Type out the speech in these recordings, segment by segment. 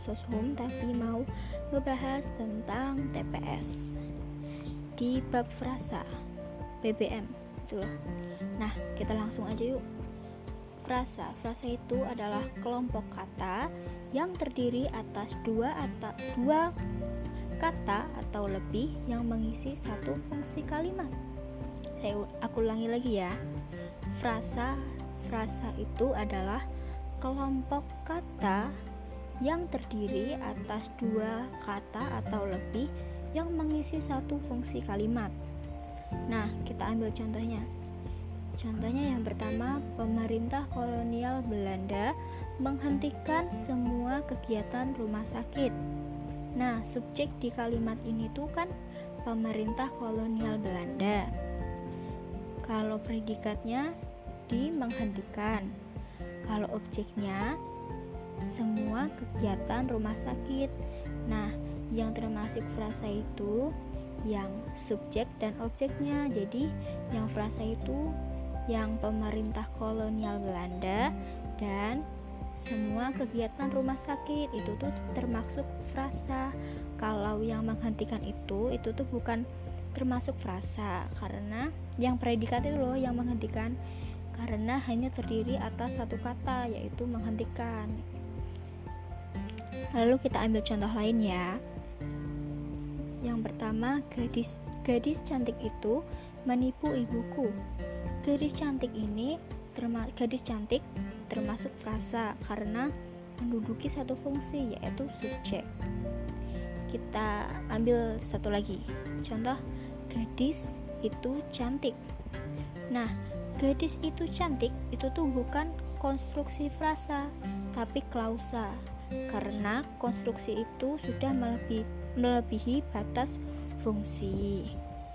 soshum, tapi mau ngebahas tentang TPS di bab frasa BBM gitu loh. Nah, kita langsung aja yuk. Frasa itu adalah kelompok kata yang terdiri atas dua kata atau lebih yang mengisi satu fungsi kalimat. Aku ulangi lagi ya. Frasa itu adalah kelompok kata yang terdiri atas dua kata atau lebih yang mengisi satu fungsi kalimat. Nah, kita ambil contohnya. Contohnya yang pertama, pemerintah kolonial Belanda menghentikan semua kegiatan rumah sakit. Nah, subjek di kalimat ini tuh kan pemerintah kolonial Belanda. Kalau predikatnya di menghentikan. Kalau objeknya semua kegiatan rumah sakit. Nah, yang termasuk frasa itu yang subjek dan objeknya. Jadi, yang frasa itu yang pemerintah kolonial Belanda dan semua kegiatan rumah sakit itu tuh termasuk frasa. Kalau yang menghentikan itu tuh bukan termasuk frasa, karena yang predikat itu loh yang menghentikan, karena hanya terdiri atas satu kata, yaitu menghentikan. Lalu kita ambil contoh lain ya. Yang pertama, gadis cantik itu menipu ibuku. Gadis cantik termasuk frasa karena menduduki satu fungsi, yaitu subjek. Kita ambil satu lagi. Contoh, gadis itu cantik. Nah, gadis itu cantik itu tuh bukan konstruksi frasa, tapi klausa. Karena konstruksi itu sudah melebihi batas fungsi.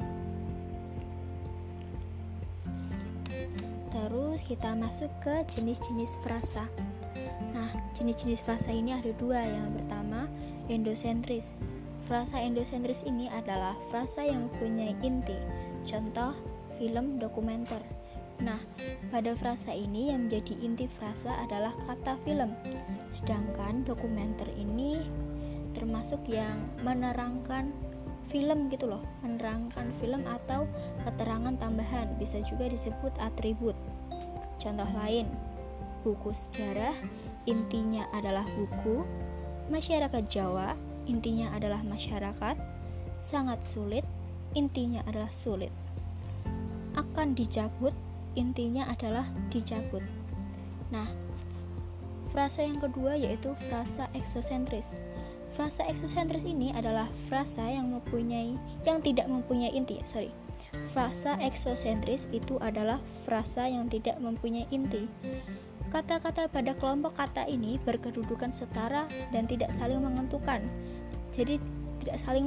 Terus kita masuk ke jenis-jenis frasa. Nah, jenis-jenis frasa ini ada dua. Yang pertama, endosentris. Frasa endosentris ini adalah frasa yang mempunyai inti. Contoh, film dokumenter. Nah, pada frasa ini yang menjadi inti frasa adalah kata film. Sedangkan dokumenter ini termasuk yang menerangkan film gitu loh, menerangkan film atau keterangan tambahan, bisa juga disebut atribut. Contoh lain, buku sejarah, intinya adalah buku. Masyarakat Jawa, intinya adalah masyarakat. Sangat sulit, intinya adalah sulit. Akan dicabut, intinya adalah dicabut. Nah, frasa yang kedua yaitu frasa eksosentris. Frasa eksosentris ini adalah frasa yang tidak mempunyai inti. Frasa eksosentris itu adalah frasa yang tidak mempunyai inti. Kata-kata pada kelompok kata ini berkedudukan setara dan tidak saling menentukan. Jadi tidak saling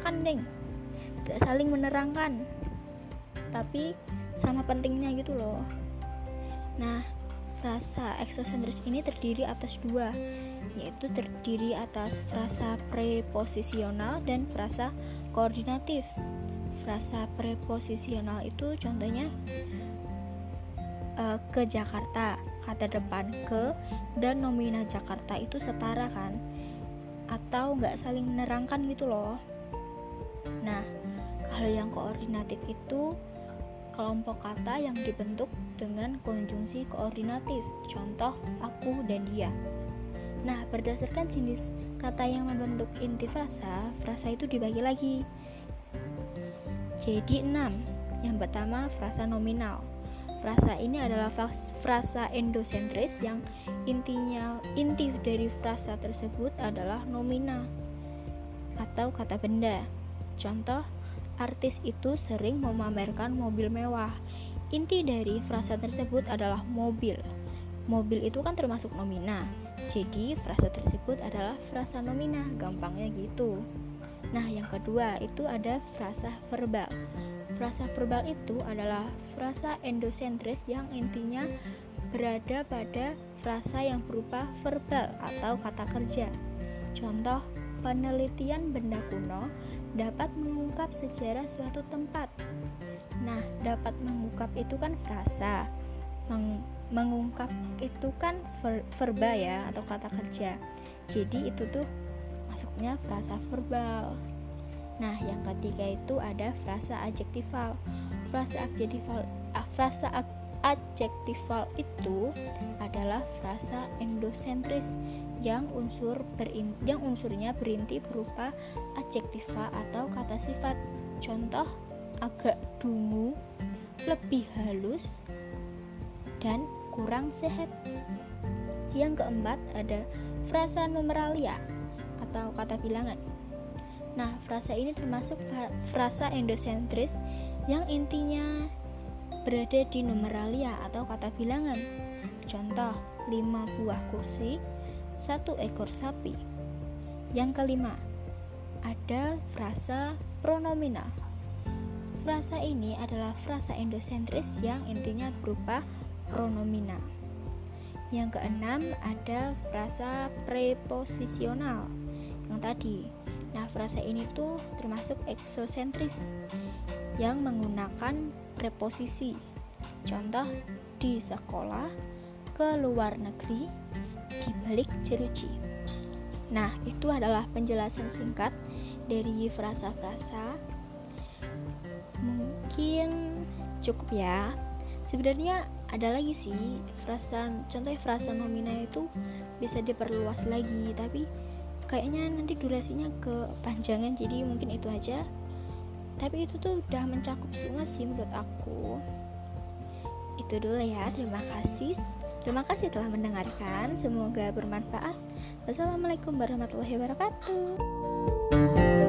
menerangkan, tapi sama pentingnya gitu loh. Nah, frasa eksosentris ini terdiri atas dua, yaitu terdiri atas frasa preposisional dan frasa koordinatif. Frasa preposisional itu contohnya ke Jakarta, kata depan ke dan nomina Jakarta itu setara kan, atau nggak saling menerangkan gitu loh. Nah, kalau yang koordinatif itu kelompok kata yang dibentuk dengan konjungsi koordinatif. Contoh, aku dan dia. Nah, berdasarkan jenis kata yang membentuk inti frasa itu dibagi lagi jadi 6. Yang pertama, frasa nominal. Frasa ini adalah frasa endosentris yang inti dari frasa tersebut adalah nomina atau kata benda. Contoh, artis itu sering memamerkan mobil mewah. Inti dari frasa tersebut adalah mobil. Mobil itu kan termasuk nomina. Jadi frasa tersebut adalah frasa nomina, gampangnya gitu. Nah, yang kedua itu ada frasa verbal. Frasa verbal itu adalah frasa endosentris yang intinya berada pada frasa yang berupa verbal atau kata kerja. Contoh, penelitian benda kuno dapat mengungkap sejarah suatu tempat. Nah, dapat mengungkap itu kan frasa. Mengungkap itu kan verba ya, atau kata kerja. Jadi itu tuh masuknya frasa verbal. Nah, yang ketiga itu ada frasa adjektival. Frasa adjektival itu adalah frasa endosentris yang unsurnya berinti berupa adjektiva atau kata sifat. Contoh, agak dungu, lebih halus, dan kurang sehat. Yang keempat ada frasa numeralia atau kata bilangan. Nah, frasa ini termasuk frasa endosentris yang intinya berada di numeralia atau kata bilangan. Contoh, 5 buah kursi, 1 ekor sapi. Yang kelima, ada frasa pronominal. Frasa ini adalah frasa endosentris yang intinya berupa pronominal. Yang keenam ada frasa preposisional yang tadi. Nah, frasa ini tuh termasuk eksosentris yang menggunakan preposisi. Contoh, di sekolah, ke luar negeri, di balik jeruji. Nah, itu adalah penjelasan singkat dari frasa-frasa. Mungkin cukup ya. Sebenarnya ada lagi sih contoh frasa nomina itu bisa diperluas lagi, tapi kayaknya nanti durasinya kepanjangan, jadi mungkin itu aja. Tapi itu tuh udah mencakup semua sih menurut aku. Itu dulu ya, terima kasih telah mendengarkan, semoga bermanfaat. Wassalamualaikum warahmatullahi wabarakatuh.